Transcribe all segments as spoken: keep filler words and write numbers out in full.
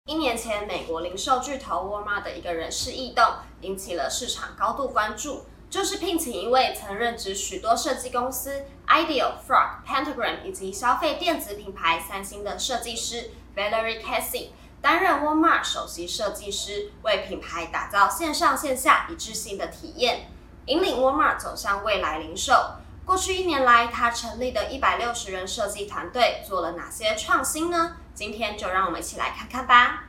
一年前，美国零售巨头 Walmart 的一个人事异动引起了市场高度关注，就是聘请一位曾任职许多设计公司 Ideal、Frog、Pentagram 以及消费电子品牌三星的设计师 Valerie Casey， 担任 Walmart 首席设计师，为品牌打造线上线下一致性的体验，引领 Walmart 走向未来零售。过去一年来，他成立的一百六十人设计团队做了哪些创新呢？今天就让我们一起来看看吧。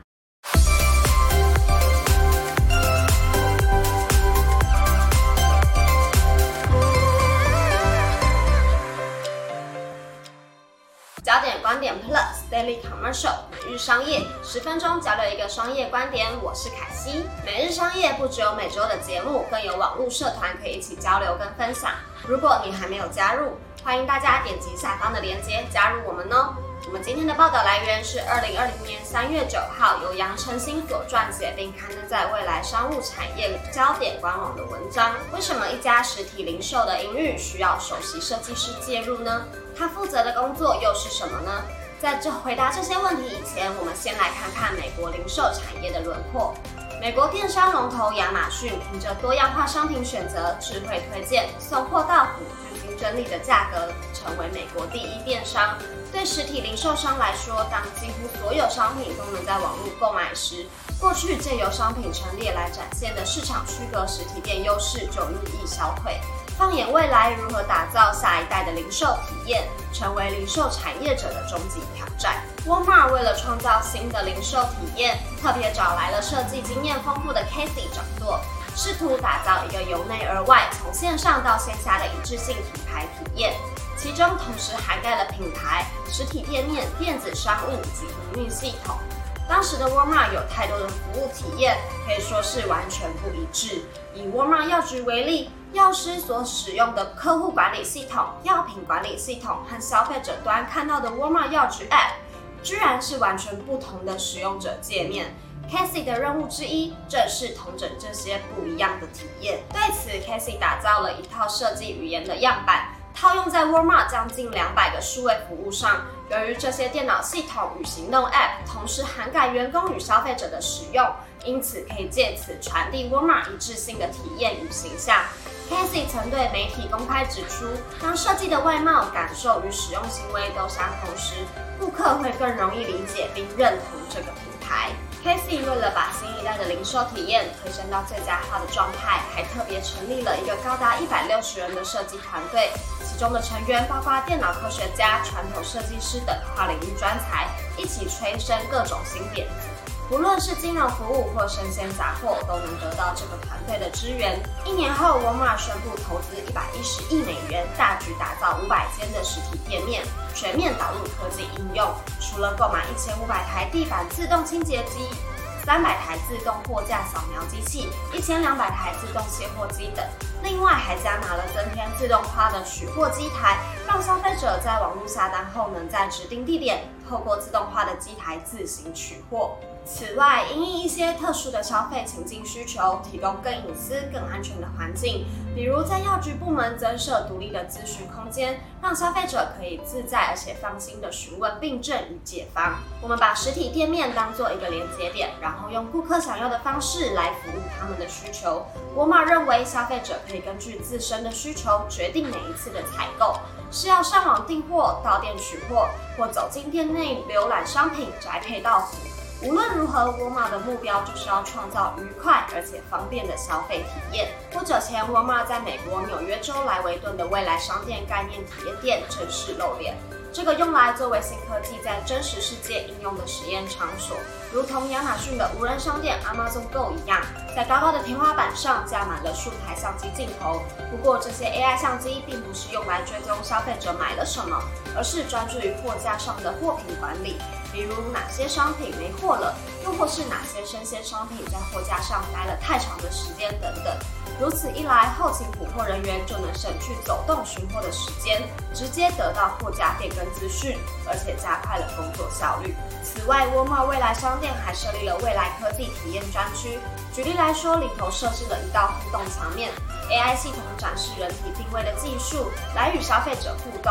焦点观点 Plus Daily Commercial 每日商业，十分钟交流一个商业观点。我是凯西。每日商业不只有每周的节目，更有网络社团可以一起交流跟分享。如果你还没有加入，欢迎大家点击下方的链接加入我们哦。我们今天的报道来源是二零二零年三月九号由杨晨星所撰写并刊登在未来商务产业焦点官网的文章。为什么一家实体零售的营运需要首席设计师介入呢？他负责的工作又是什么呢？在这回答这些问题以前，我们先来看看美国零售产业的轮廓。美国电商龙头亚马逊凭着多样化商品选择、智慧推荐、送货到府和竞争力的价格，成为美国第一电商。对实体零售商来说，当几乎所有商品都能在网络购买时，过去借由商品陈列来展现的市场区隔实体店优势就日益消退。放眼未来，如何打造下一代的零售体验，成为零售产业者的终极挑战。Walmart 为了创造新的零售体验，特别找来了设计经验丰富的 Casey 掌舵，试图打造一个由内而外、从线上到线下的一致性品牌体验，其中同时涵盖了品牌、实体店面、电子商务以及营运系统。当时的 Walmart 有太多的服务体验，可以说是完全不一致。以 Walmart 药局为例，药师所使用的客户管理系统、药品管理系统和消费者端看到的 Walmart 药局 App， 居然是完全不同的使用者界面。Casey 的任务之一，正是统整这些不一样的体验。对此 ，Casey 打造了一套设计语言的样板，套用在 Walmart 将近两百个数位服务上。由于这些电脑系统与行动 App 同时涵盖员工与消费者的使用，因此可以借此传递 Walmart 一致性的体验与形象。Casey 曾对媒体公开指出，当设计的外貌、感受与使用行为都相同时，顾客会更容易理解并认同这个品牌。Casey 为了把新一代的零售体验推升到最佳化的状态，还特别成立了一个高达一百六十人的设计团队，其中的成员包括电脑科学家、传统设计师等跨领域专才，一起催生各种新点子。无论是金融服务或生鲜杂货，都能得到这个团队的支援。一年后 ，Walmart 宣布投资一百一十亿美元，大举打造五百间的实体店面，全面导入科技应用。除了购买一千五百台地板自动清洁机、三百台自动货架扫描机器、一千两百台自动卸货机等，另外还加码了增添自动化的取货机台，让消费者在网络下单后能在指定地点透过自动化的机台自行取货。此外，因应一些特殊的消费情境需求，提供更隐私、更安全的环境，比如在药局部门增设独立的咨询空间，让消费者可以自在而且放心地询问病症与解方。我们把实体店面当作一个连接点，然后用顾客想要的方式来服务他们的需求。Walmart 认为，消费者可以根据自身的需求决定每一次的采购，是要上网订货、到店取货，或走进店内浏览商品宅配到府。无论如何 ，Walmart 的目标就是要创造愉快而且方便的消费体验。不久前 ，Walmart 在美国纽约州莱维顿的未来商店概念体验店正式露脸。这个用来作为新科技在真实世界应用的实验场所，如同亚马逊的无人商店 Amazon Go 一样，在高高的天花板上架满了数台相机镜头。不过，这些 A I 相机并不是用来追踪消费者买了什么，而是专注于货架上的货品管理，比如哪些商品没货了，又或是哪些生鲜商品在货架上待了太长的时间等等。如此一来，后勤补货人员就能省去走动寻货的时间，直接得到货架变更资讯，而且加快了工作效率。此外 ，Walmart 未来商店还设立了未来科技体验专区。举例来说，里头设置了一道互动墙面 ，A I 系统展示人体定位的技术，来与消费者互动。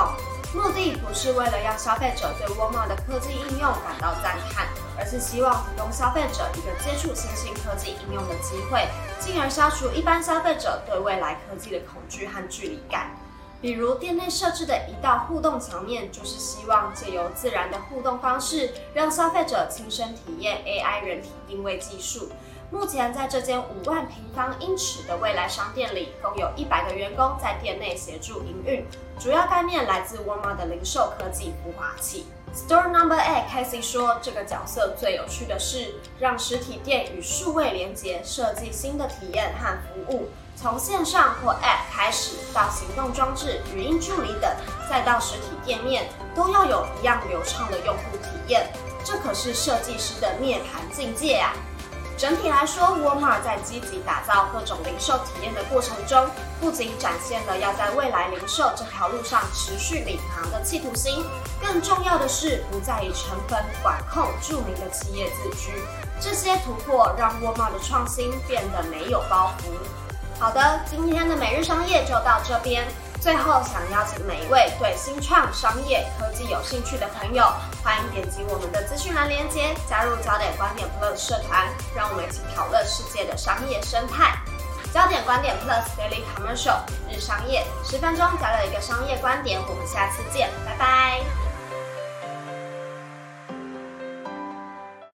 目的不是为了让消费者对 Walmart 的科技应用感到赞叹，而是希望提供消费者一个接触新兴科技应用的机会，进而消除一般消费者对未来科技的恐惧和距离感。比如店内设置的一道互动墙面，就是希望借由自然的互动方式，让消费者亲身体验 A I 人体定位技术。目前在这间五万平方英尺的未来商店里，共有一百个员工在店内协助营运。主要概念来自 Walmart 的零售科技孵化器。Store Number Eight Casey 说，这个角色最有趣的是让实体店与数位连结，设计新的体验和服务。从线上或 App 开始，到行动装置、语音助理等，再到实体店面，都要有一样流畅的用户体验。这可是设计师的涅槃境界啊！整体来说 ，Walmart 在积极打造各种零售体验的过程中，不仅展现了要在未来零售这条路上持续领航的企图心，更重要的是不再以成本管控著名的企业自居。这些突破让 Walmart 的创新变得没有包袱。好的，今天的每日商业就到这边。最后，想邀请每一位对新创、商业、科技有兴趣的朋友，欢迎点击我们的资讯栏连结，加入焦点观点 Plus 社团，让我们一起讨论世界的商业生态。焦点观点 Plus Daily Commercial 日商业，十分钟交流一个商业观点，我们下次见，拜拜。